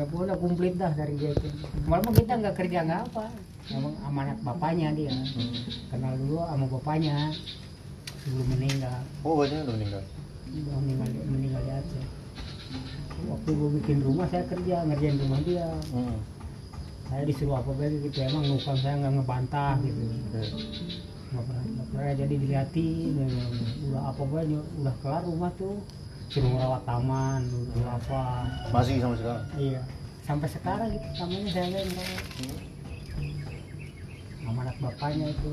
udah komplit dah dari dia itu. Malah kita nggak kerja nggak apa, emang amanat bapaknya dia. Kenal dulu sama bapaknya sebelum meninggal. Oh, bapaknya udah meninggal. Udah meninggal di Aceh. Waktu gue bikin rumah saya kerja ngerjain rumah dia. Saya disuruh apa lagi gitu, emang bukan saya nggak ngebantah gitu. Nggak pernah jadi dilihatin, udah apa banyak, udah kelar rumah tuh, suruh merawat taman, udah apa. Masih sampai sekarang? Iya, sampai sekarang gitu tamannya saya yang merawat. Amanat bapaknya itu.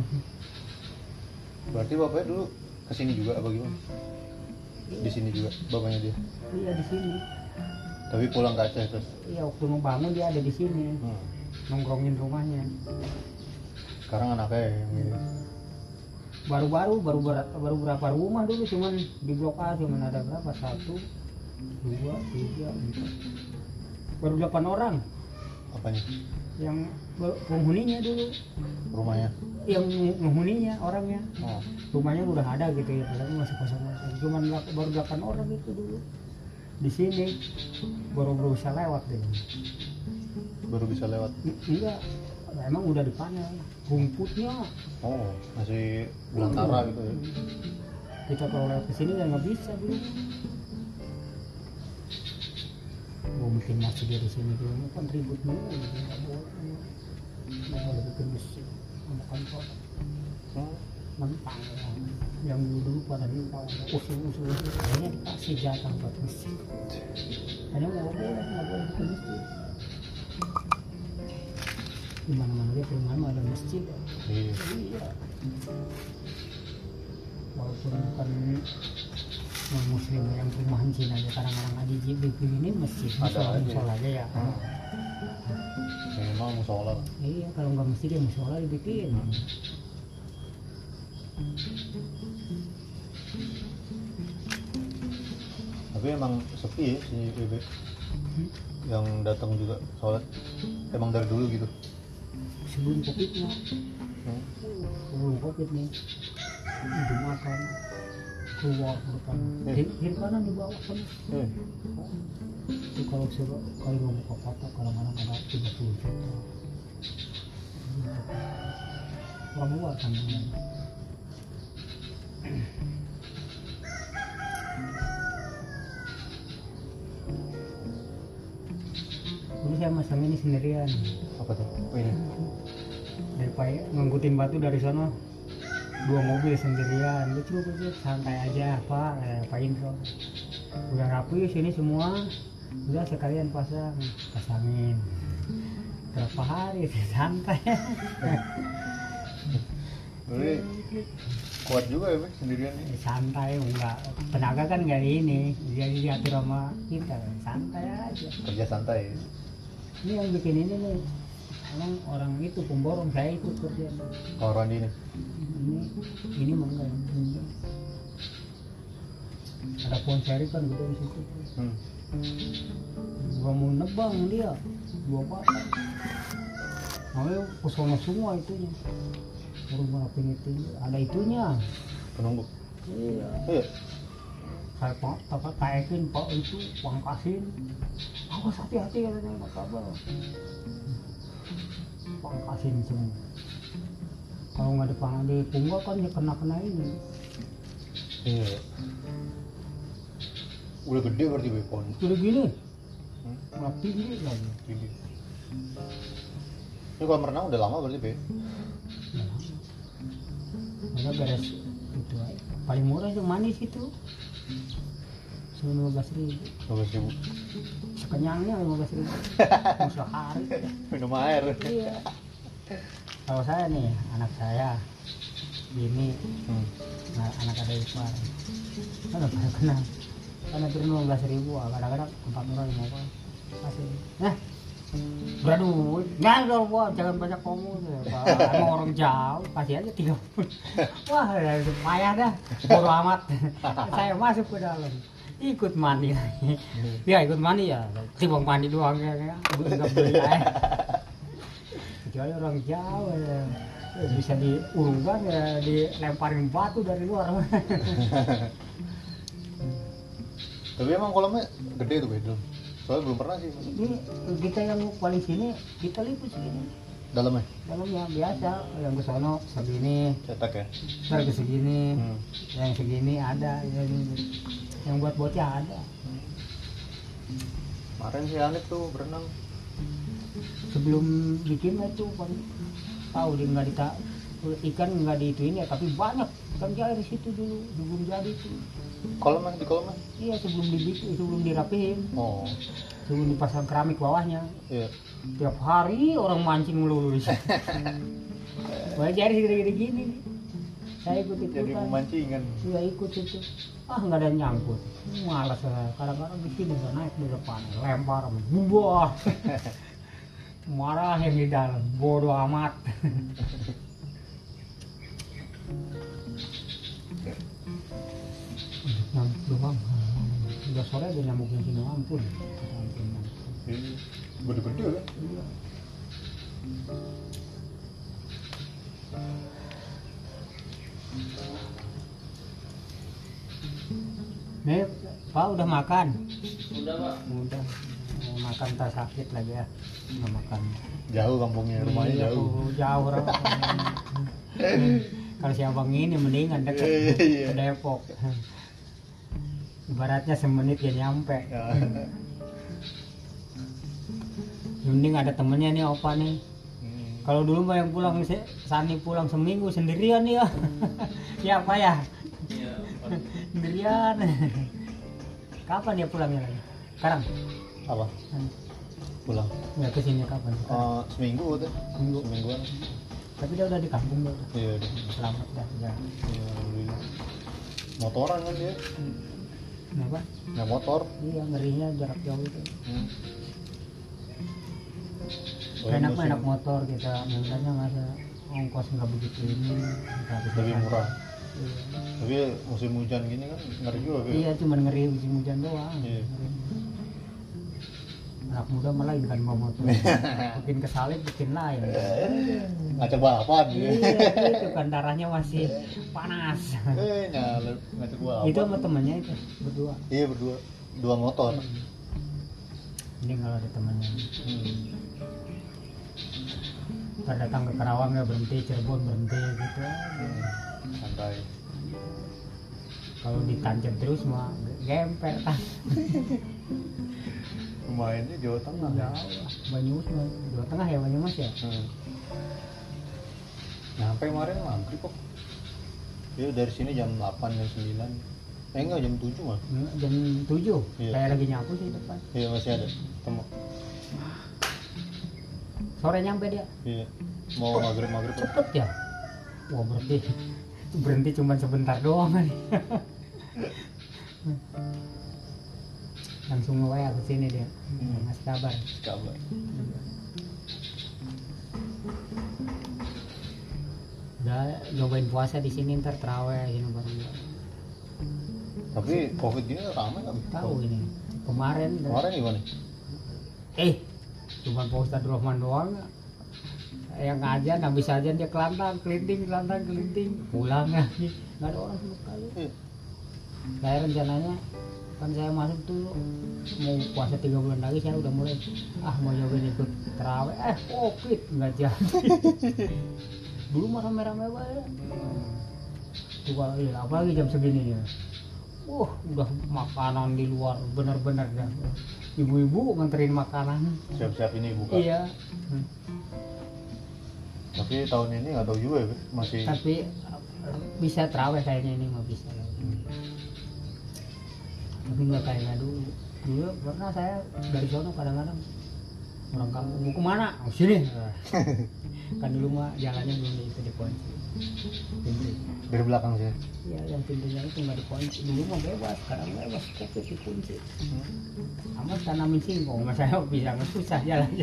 Berarti bapaknya dulu kesini juga apa gimana? Di sini juga bapaknya dia? Iya di sini. Tapi pulang ke Aceh terus? Iya, waktu mau bangun dia ada di sini, nongkrongin rumahnya. Sekarang anaknya yang ini? Baru berapa rumah dulu, cuman di Blok A cuman ada berapa? 1, 2, 3, 4. Baru 8 orang. Apanya? Yang penghuninya dulu. Rumahnya? Yang penghuninya orangnya. Oh. Rumahnya udah ada gitu ya, padahal masih kosong. Cuman baru 8 orang itu dulu. Di sini baru bisa lewat deh. Baru bisa lewat? Enggak, emang udah dipanen rumputnya. Oh, masih belantara gitu ya? Kita kalau lewat ke sini nggak bisa dulu. Mau bikin masjid dari sini dulu kan ribut dulu, nggak boleh bikin masjid, bukan kok. Mentang yang dulu pada minta usul akhirnya dikasih jatah buat masjid. Hanya nggak boleh bikin masjid. Di mana-mana dia perumahan ada masjid. Iya. Walaupun bukan non muslim yang perumahan Cina aja, kadang-kadang ada dibikinin masjid, musola aja ya. Memang musola. Iya, kalau nggak masjid ya musola dibikin. Tapi emang sepi ya si Bebe yang datang juga sholat, emang dari dulu gitu? Sebelum Covid-nya, sebelum Covid nih, Jumatan keluar ke depan, kiri kanan di bawah kan. Itu kalau mau buka kotak kadang-kadang ada 30 juta. Orang luar kan. Ini saya masang ini sendirian. Apa tuh? Oh, ini? Daripada ngangkutin batu dari sana 2 mobil sendirian, lucu santai aja Pak, apain kok. Udah rapi sini semua, udah sekalian pasangin. Berapa hari santai. Jadi kuat juga ya Be sendirian nih? Santai, enggak tenaga kan nggak ini, jadi diatur sama kita, santai aja. Kerja santai ya? Ini yang bikin ini nih, emang orang itu pemborong, saya ikut kerja. Oh, Rondi nih? Ini mah enggak. Ada pohon seri kan gitu di situ. Gua mau nebang dia, 2 batang. Makanya pesona semua itunya. Rumah itu ada itunya. Penunggu? Iya. Iya? Saya taikin Pak itu, pangkasin. Awas hati-hati katanya, nggak kabar. Pangkasin semua. Kalau nggak dipunggah kan dia kena ini. Iya. Udah gede berarti Be pohon? Udah gini. Nggak tinggi lagi. Tinggi. Ini kalau merenang udah lama berarti Be? Ada beres itu aja. Paling murah itu manis itu. 15.000. 15.000. Sekenyangnya 15.000. Sehari. Minum air. Iya. Kalau saya nih, anak saya, bini, anak ada ipar, kan pada kenal. Karena turun 15.000, kadang-kadang 4 orang mau apa? Kasih. Nah, beradu, nggak buat, jangan banyak ngomong deh. Emang orang jauh, kasih aja 30. Wah, payah dah, bodo amat. Saya masuk ke dalam, ikut mandi lagi. Ya ikut mandi ya, timbang mandi doang ya, nggak beli air. Kecuali orang jauh ya, bisa diurungkan ya, dilemparin batu dari luar. Tapi emang kolamnya gede tuh Be, Soalnya belum pernah sih. Ini kita yang paling sini kita liput segini. Dalamnya? Dalamnya biasa, yang ke sono segini, Cetak ya? ntar ke segini, Hmm. yang segini ada, yang buat bocah ada. Kemarin si Hanif tuh berenang. Sebelum bikin itu paling tahu dia nggak ikan nggak diituin ya, tapi banyak ikan jair di situ dulu sebelum jadi itu. Kolam di kolam? Iya, sebelum dibikin, sebelum dirapihin, Oh. sebelum dipasang keramik bawahnya. Iya. Tiap hari orang mancing melulu di situ. Banyak jair segede-gede gini. Saya ikut Jadi ikutan. pemancingan. Iya ikut itu. Ah nggak ada yang nyangkut. Malas saya. Kadang-kadang di sini nggak naik di depan, lempar, buah. Marah yang di dalam, bodoh amat. Nyamuk doang. Udah sore ada nyamuk yang sini, ampun. Ampun. Iya. Gede-gede kan? Iya. Nih, Pak udah makan? Udah pak. Udah. Mau makan tak sakit lagi ya. Nggak makan. Jauh kampungnya, rumahnya Iya, jauh. Jauh. Kalau si abang ini mendingan dekat Iya. ke Depok. Ibaratnya semenit dia nyampe. Ya. Mending ada temennya nih opa nih. Hmm. Kalau dulu mah yang pulang Sani pulang seminggu sendirian ya. Ya apa ya? Iya. Sendirian. Kapan dia pulangnya lagi? Sekarang? Apa? Pulang? Nggak kesini kapan? Seminggu tuh. Seminggu. Semingguan. Tapi dia udah di kampung dia udah. Iya. Selamat dah. Ya. Iya, alhamdulillah. Motoran kan dia? Kenapa? Nggak motor. Iya ngerinya jarak jauh itu. Hmm. Enak musim- enak motor kita, biasanya masa ongkos nggak begitu ini. nggak bisa Lebih pakai. murah. Iya. Tapi musim hujan gini kan ngeri juga. Pi. Iya cuma ngeri musim hujan doang. Iya. Anak muda malah kan bawa motor. Bikin kesalip bikin lain. Ngacak balapan. Iya itu kan darahnya masih panas. Nyala ngacak balapan. Itu sama temannya itu berdua. Iya berdua. Dua motor. Ini kalau ada temannya. Hmm. Ntar datang ke Karawang ya berhenti, Cirebon berhenti gitu. Santai. Kalau ditancap terus mah gemper kan. Lumayannya Jawa Tengah. Ya Allah, Banyumas mah Jawa Tengah ya Banyumas ya. Nyampe kemarin maghrib kok. Iya dari sini jam 8 jam 9. Enggak jam 7 mah. Jam 7 Iya. kayak lagi nyapu sih depan. Iya masih ada. Temu. Sore nyampe dia. Iya. Mau maghrib kok. Cepet ya. Wah berhenti cuma sebentar doang kan. Langsung nge-WA ke sini dia. Ngasih kabar. Kabar. Udah nyobain puasa di sini ntar terawih gini bareng. Tapi covid gini ramai nggak? Tahu ini. Kemarin Kemarin gimana? Cuma Pak Ustadz Rahman doang yang ngajar, habis aja dia kelantang kelinting pulang lagi, nggak ada orang sama sekali. Saya rencananya kan saya masuk tuh mau puasa 3 bulan lagi, saya udah mulai mau nyobain ikut terawih, covid nggak jadi. Dulu mah rame-rame banget tuh kalau iya, apalagi jam segini ya. Udah makanan di luar bener-bener dah. Ibu-ibu nganterin makanan. Siap-siap ini buka. Iya. Tapi tahun ini nggak tahu juga ya, masih. Tapi bisa terawih kayaknya ini mah bisa. Tapi nggak kayak dulu. Dulu pernah saya dari sono kadang-kadang orang kampung mau kemana? Sini. Kan dulu mah jalannya belum itu dikunci. Pintu. Dari belakang sih. Iya, yang pintunya itu nggak dikunci. Dulu mah bebas, sekarang bebas. Kok dikunci? Sama tanamin singkong, mas saya bisa susah jalannya.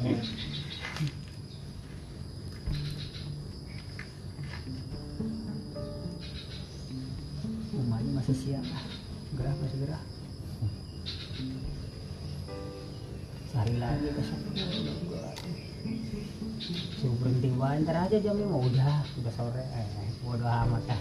Rumahnya masih siang, gerah masih gerah. Sehari lagi ke sana. Suruh berhenti bahan, ntar aja jam 5 udah sore. Bodoh amat dah.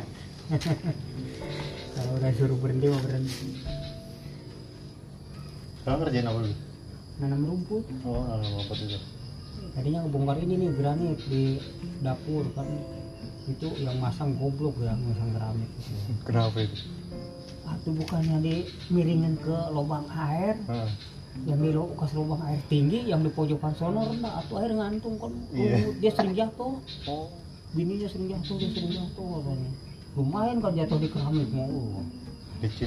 Kalau udah suruh berhenti mau berhenti. Sekarang ngerjain apa dulu? nanam rumput. Oh, nanam apa itu? Tadinya ngebongkar ini nih granit di dapur kan, itu yang masang goblok ya, masang keramik gitu. Kenapa itu? Itu bukannya dimiringin ke lubang air, yang di bekas lubang air tinggi, yang di pojokan sono rendah, atau air ngantung kan. Iya. Dia sering jatuh, Oh, bininya sering jatuh, dia sering jatuh katanya. Lumayan kan jatuh di keramik mau. licin.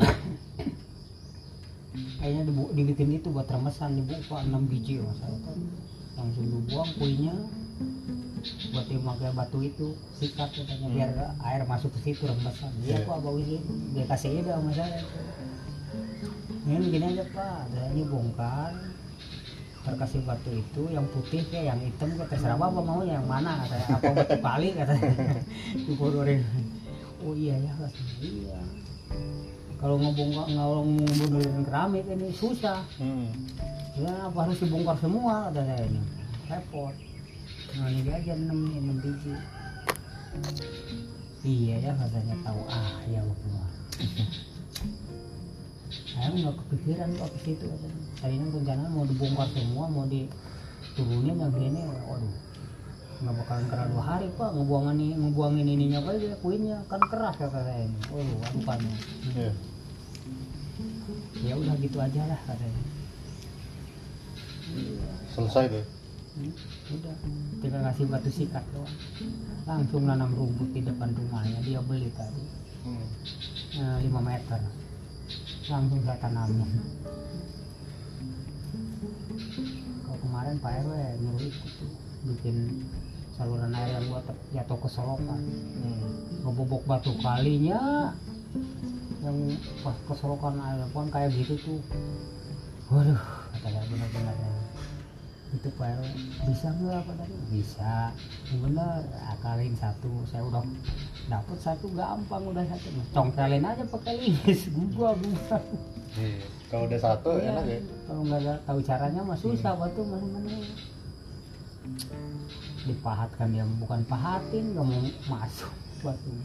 Kayaknya dibikin itu buat remesan, dibuka 6 biji masalah kan. Langsung dibuang puinya, buat dipakai batu itu sikat katanya biar air masuk ke situ remesan. Iya Iya. Pak, bagus ini dia kasih ide sama saya. Ini gini aja Pak, saya bongkar, terkasih batu itu yang putih kayak yang hitam kayak terserah Bapak mau yang mana, saya apa batu kali katanya. Dibodorin. Oh iya ya katanya. Iya. Kalau ngebongkarin keramik ini susah. Ya apa harus dibongkar semua kata saya ini. Repot. Nah ini aja 6 biji. Iya ya katanya tahu ya waktu saya nggak kepikiran kok ke situ katanya. Tadinya rencana mau dibongkar semua, mau diturunin yang gini, waduh nggak bakalan kena 2 hari Pak, ngebuangin ininya apa aja kuinnya kan keras kata saya ini. Waduh adukannya. Iya. Ya udah gitu aja lah katanya. Selesai deh. Udah tinggal ngasih batu sikat doang, langsung nanam rumput di depan rumahnya. Dia beli tadi 5 meter, langsung saya tanamin. Kalau kemarin Pak RW nyuruh ikut tuh bikin saluran air yang buat jatuh ke solokan, ngebobok batu kalinya yang pas ke solokan air pun kayak gitu tuh. Waduh kata saya benar-benar itu Pak RW bisa nggak apa tadi? Bisa, bener akalin 1, saya udah dapet 1 gampang, udah 1 congkelin aja pakai linggis, gua Iya. Kalau udah 1 enak ya. kalau nggak tahu caranya mah susah batu mana-mana dipahatkan, dia bukan pahatin, nggak mau masuk batu.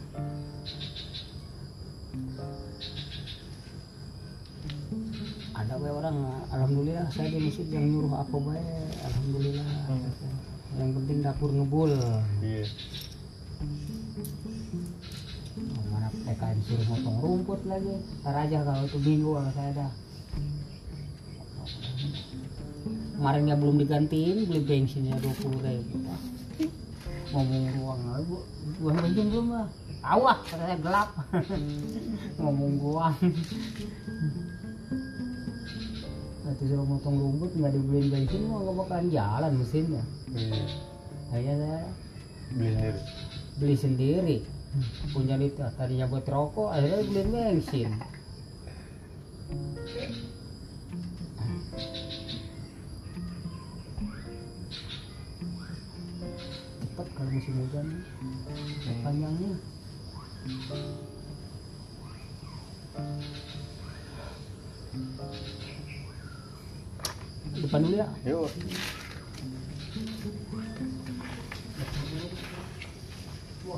Ada bae orang, alhamdulillah saya di masjid yang nyuruh apa bae, alhamdulillah. Yang penting dapur ngebul. Iya. Mana PKN suruh motong rumput lagi, ntar aja kalau itu minggu kalau saya dah. Kemarin dia belum digantiin, beli bensinnya 20.000. Ngomong ruang, buang bensin belum lah. Awah, katanya gelap. Ngomong ruang. Nanti suruh motong rumput nggak dibeliin bensin, mau nggak bakalan jalan mesinnya. Iya. Akhirnya saya Beli sendiri. beli sendiri. Punya liter, tadinya buat rokok, akhirnya beliin bensin. Cepat kalau musim hujan, panjangnya. Depan dulu ya. Yuk.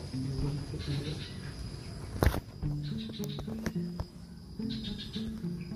Wah,